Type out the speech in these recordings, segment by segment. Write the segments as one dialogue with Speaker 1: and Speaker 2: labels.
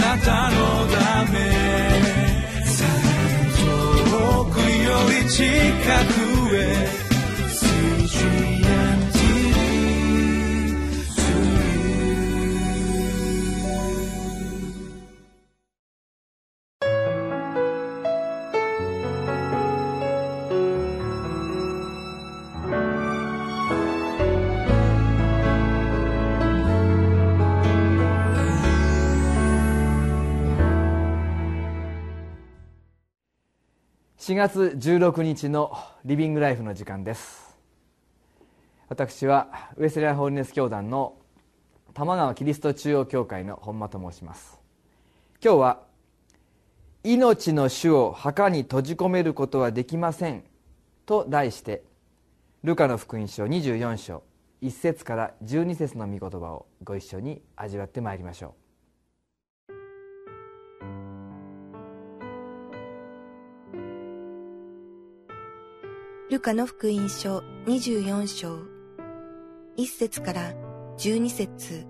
Speaker 1: なたのため遠くより近くへ
Speaker 2: 4月16日のリビングライフの時間です。私はウェスレアホーリネス教団の玉川キリスト中央教会の本間と申します。今日は命の主を墓に閉じ込めることはできませんと題して、ルカの福音書24章1節から12節の御言葉をご一緒に味わってまいりましょう。
Speaker 3: ルカの福音書24章1節から12節。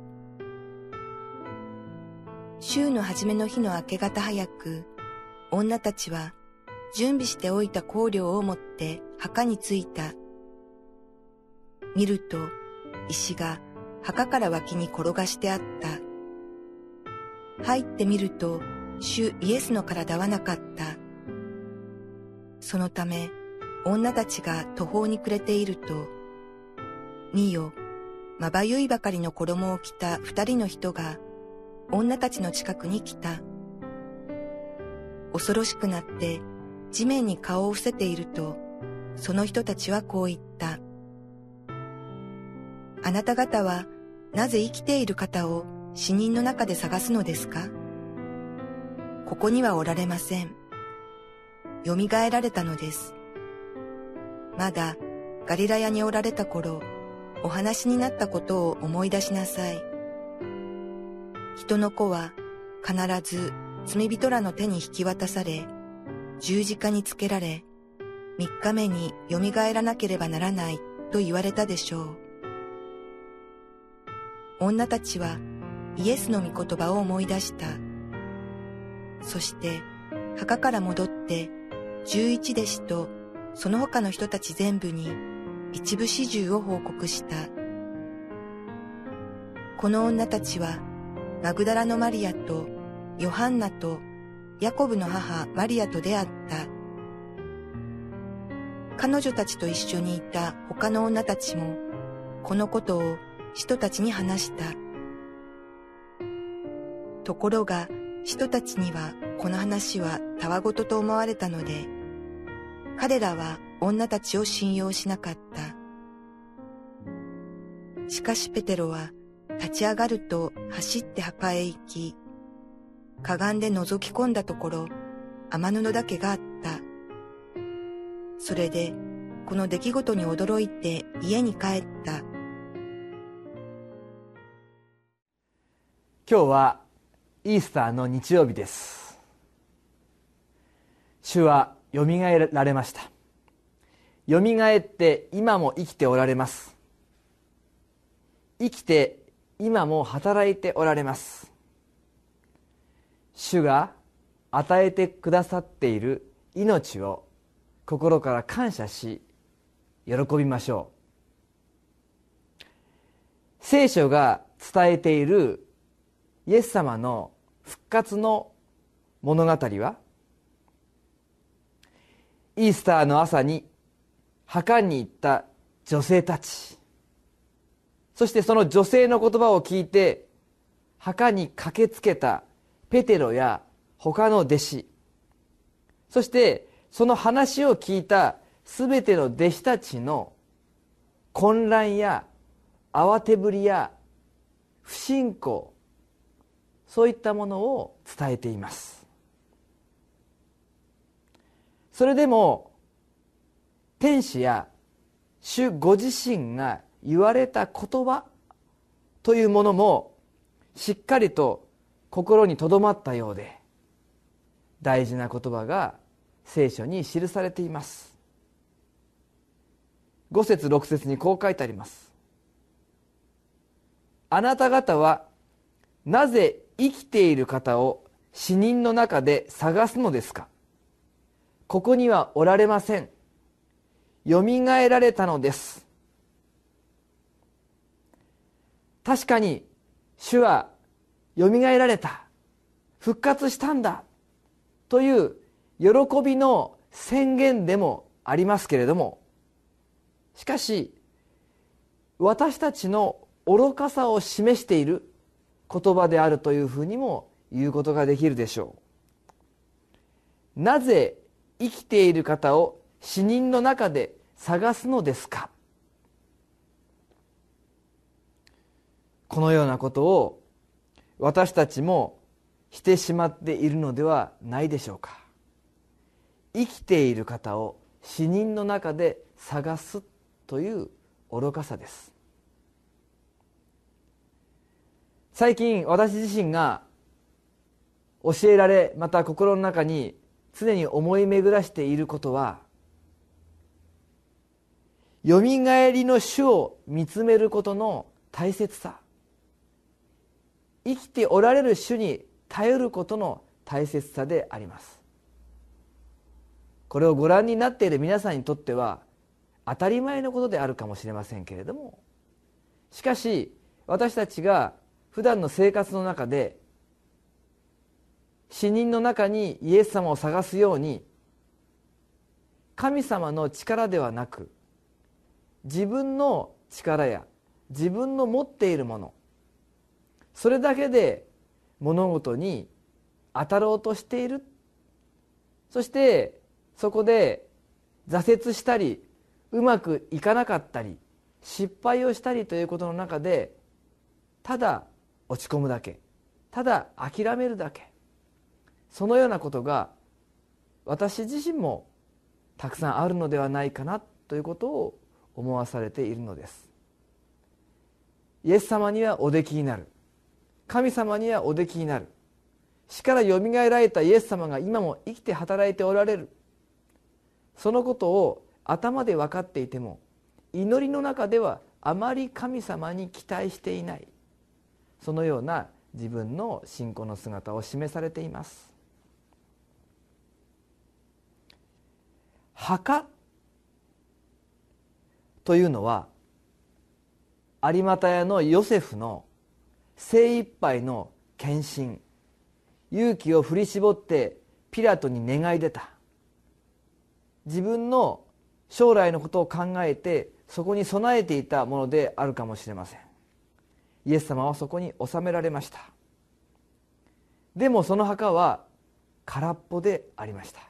Speaker 3: 週の初めの日の明け方早く、女たちは準備しておいた香料を持って墓に着いた。見ると石が墓から脇に転がしてあった。入ってみると主イエスの体はなかった。そのため女たちが途方に暮れていると、見よ、まばゆいばかりの衣を着た2人の人が女たちの近くに来た。恐ろしくなって地面に顔を伏せていると、その人たちはこう言った。あなた方はなぜ生きている方を死人の中で探すのですか？ここにはおられません。よみがえられたのです。まだガリラヤにおられた頃、お話になったことを思い出しなさい。人の子は必ず罪人らの手に引き渡され、十字架につけられ、3日目によみがえらなければならないと言われたでしょう。女たちはイエスの御言葉を思い出した。そして墓から戻って11弟子とその他の人たち全部に一部始終を報告した。この女たちはマグダラのマリアとヨハンナとヤコブの母マリアと出会った。彼女たちと一緒にいた他の女たちもこのことを使徒たちに話した。ところが使徒たちにはこの話はたわごとと思われたので、彼らは女たちを信用しなかった。しかしペテロは立ち上がると走って墓へ行き、かがんで覗き込んだところ、雨布だけがあった。それでこの出来事に驚いて家に帰った。
Speaker 2: 今日はイースターの日曜日です。主はよみがえられました。よみがえって今も生きておられます。生きて今も働いておられます。主が与えてくださっている命を心から感謝し喜びましょう。聖書が伝えているイエス様の復活の物語は、イースターの朝に墓に行った女性たち、そしてその女性の言葉を聞いて墓に駆けつけたペテロや他の弟子、そしてその話を聞いたすべての弟子たちの混乱や慌てぶりや不信仰、そういったものを伝えています。それでも天使や主ご自身が言われた言葉というものもしっかりと心に留まったようで、大事な言葉が聖書に記されています。5節6節にこう書いてあります。あなた方はなぜ生きている方を死人の中で探すのですか。ここにはおられません。よみがえられたのです。確かに主はよみがえられた、復活したんだという喜びの宣言でもありますけれども、しかし私たちの愚かさを示している言葉であるというふうにも言うことができるでしょう。なぜ生きている方を死人の中で探すのですか。このようなことを私たちもしてしまっているのではないでしょうか。生きている方を死人の中で探すという愚かさです。最近私自身が教えられ、また心の中に常に思い巡らしていることは、よみがえりの主を見つめることの大切さ、生きておられる主に頼ることの大切さであります。これをご覧になっている皆さんにとっては当たり前のことであるかもしれませんけれども、しかし私たちが普段の生活の中で死人の中にイエス様を探すように、神様の力ではなく自分の力や自分の持っているもの、それだけで物事に当たろうとしている。そしてそこで挫折したり、うまくいかなかったり、失敗をしたりということの中で、ただ落ち込むだけ、ただ諦めるだけ、そのようなことが私自身もたくさんあるのではないかなということを思わされているのです。イエス様にはおできになる、神様にはおできになる、死からよみがえられたイエス様が今も生きて働いておられる、そのことを頭で分かっていても祈りの中ではあまり神様に期待していない、そのような自分の信仰の姿を示されています。墓というのは有股屋のヨセフの精一杯の献身、勇気を振り絞ってピラトに願い出た、自分の将来のことを考えてそこに備えていたものであるかもしれません。イエス様はそこに収められました。でもその墓は空っぽでありました。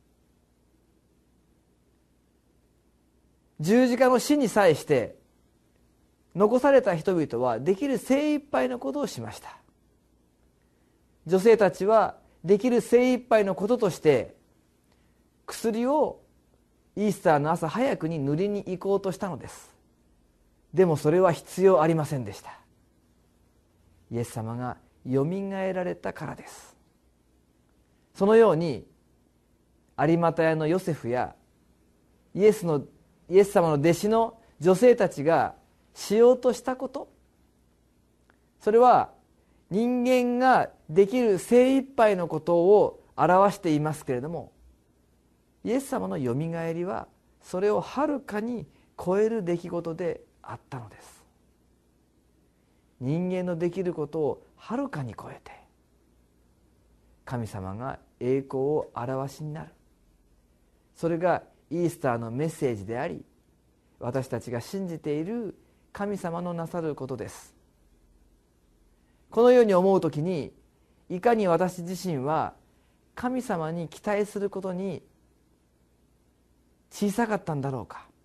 Speaker 2: 十字架の死に際して残された人々はできる精一杯のことをしました。女性たちはできる精一杯のこととして薬をイースターの朝早くに塗りに行こうとしたのです。でもそれは必要ありませんでした。イエス様がよみがえられたからです。そのように有股屋のヨセフやイエス様の弟子の女性たちがしようとしたこと、それは人間ができる精一杯のことを表していますけれども、イエス様のよみがえりはそれをはるかに超える出来事であったのです。人間のできることをはるかに超えて神様が栄光を表しになる、それがイースターのメッセージであり、私たちが信じている神様のなさることです。このように思うときに、いかに私自身は神様に期待することに小さかったんだろうか。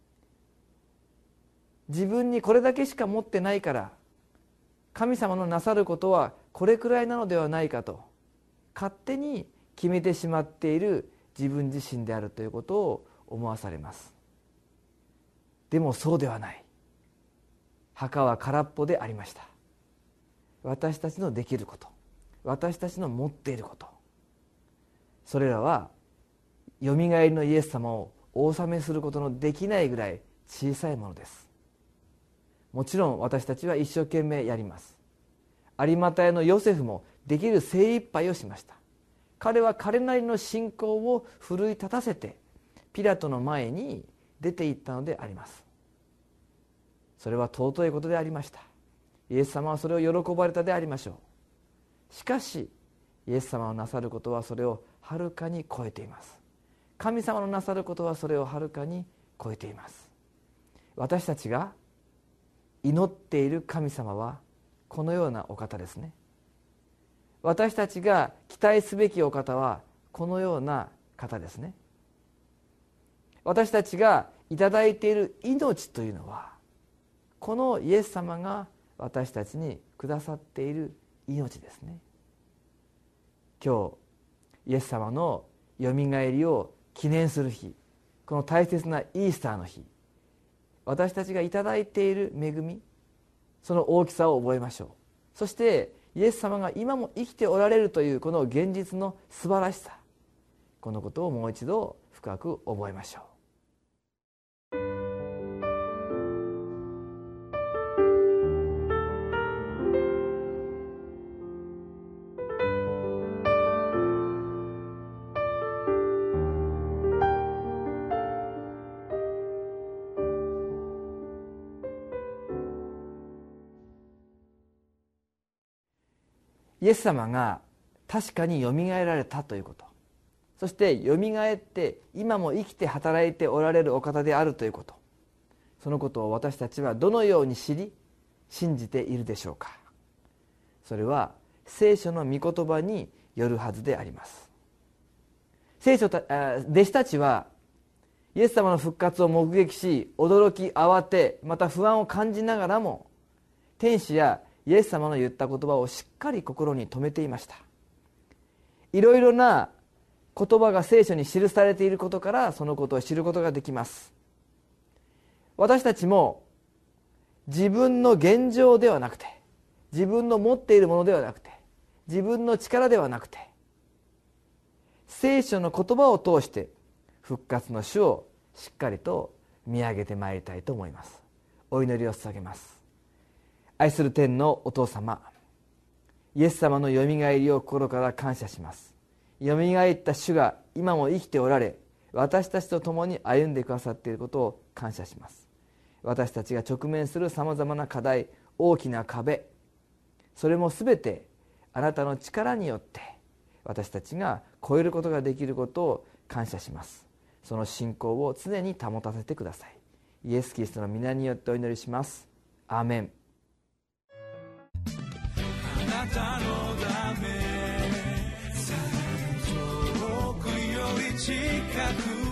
Speaker 2: 自分にこれだけしか持ってないから神様のなさることはこれくらいなのではないかと勝手に決めてしまっている自分自身であるということを思わされます。でもそうではない。墓は空っぽでありました。私たちのできること、私たちの持っていること、それらはよみがえりのイエス様をお納めすることのできないぐらい小さいものです。もちろん私たちは一生懸命やります。有股屋のヨセフもできる精一杯をしました。彼は彼なりの信仰を奮い立たせてピラトの前に出て行ったのであります。それは尊いことでありました。イエス様はそれを喜ばれたでありましょう。しかしイエス様のなさることはそれをはるかに超えています。神様のなさることはそれをはるかに超えています。私たちが祈っている神様はこのようなお方ですね。私たちが期待すべきお方はこのような方ですね。私たちがいただいている命というのはこのイエス様が私たちにくださっている命ですね。今日イエス様のよみがえりを記念する日、この大切なイースターの日、私たちがいただいている恵み、その大きさを覚えましょう。そしてイエス様が今も生きておられるというこの現実の素晴らしさ、このことをもう一度深く覚えましょう。イエス様が確かによみがえられたということ、そしてよみがえって今も生きて働いておられるお方であるということ、そのことを私たちはどのように知り信じているでしょうか。それは聖書の御言葉によるはずであります。弟子たちはイエス様の復活を目撃し、驚き慌て、また不安を感じながらも天使やイエス様の言った言葉をしっかり心に留めていました。いろいろな言葉が聖書に記されていることからそのことを知ることができます。私たちも自分の現状ではなくて、自分の持っているものではなくて、自分の力ではなくて、聖書の言葉を通して復活の主をしっかりと見上げてまいりたいと思います。お祈りを捧げます。愛する天のお父様、イエス様のよみがえりを心から感謝します。よみがえった主が今も生きておられ、私たちと共に歩んでくださっていることを感謝します。私たちが直面するさまざまな課題、大きな壁、それもすべてあなたの力によって私たちが超えることができることを感謝します。その信仰を常に保たせてください。イエス・キリストの皆によってお祈りします。アーメン。
Speaker 1: あなたのため遠くより近く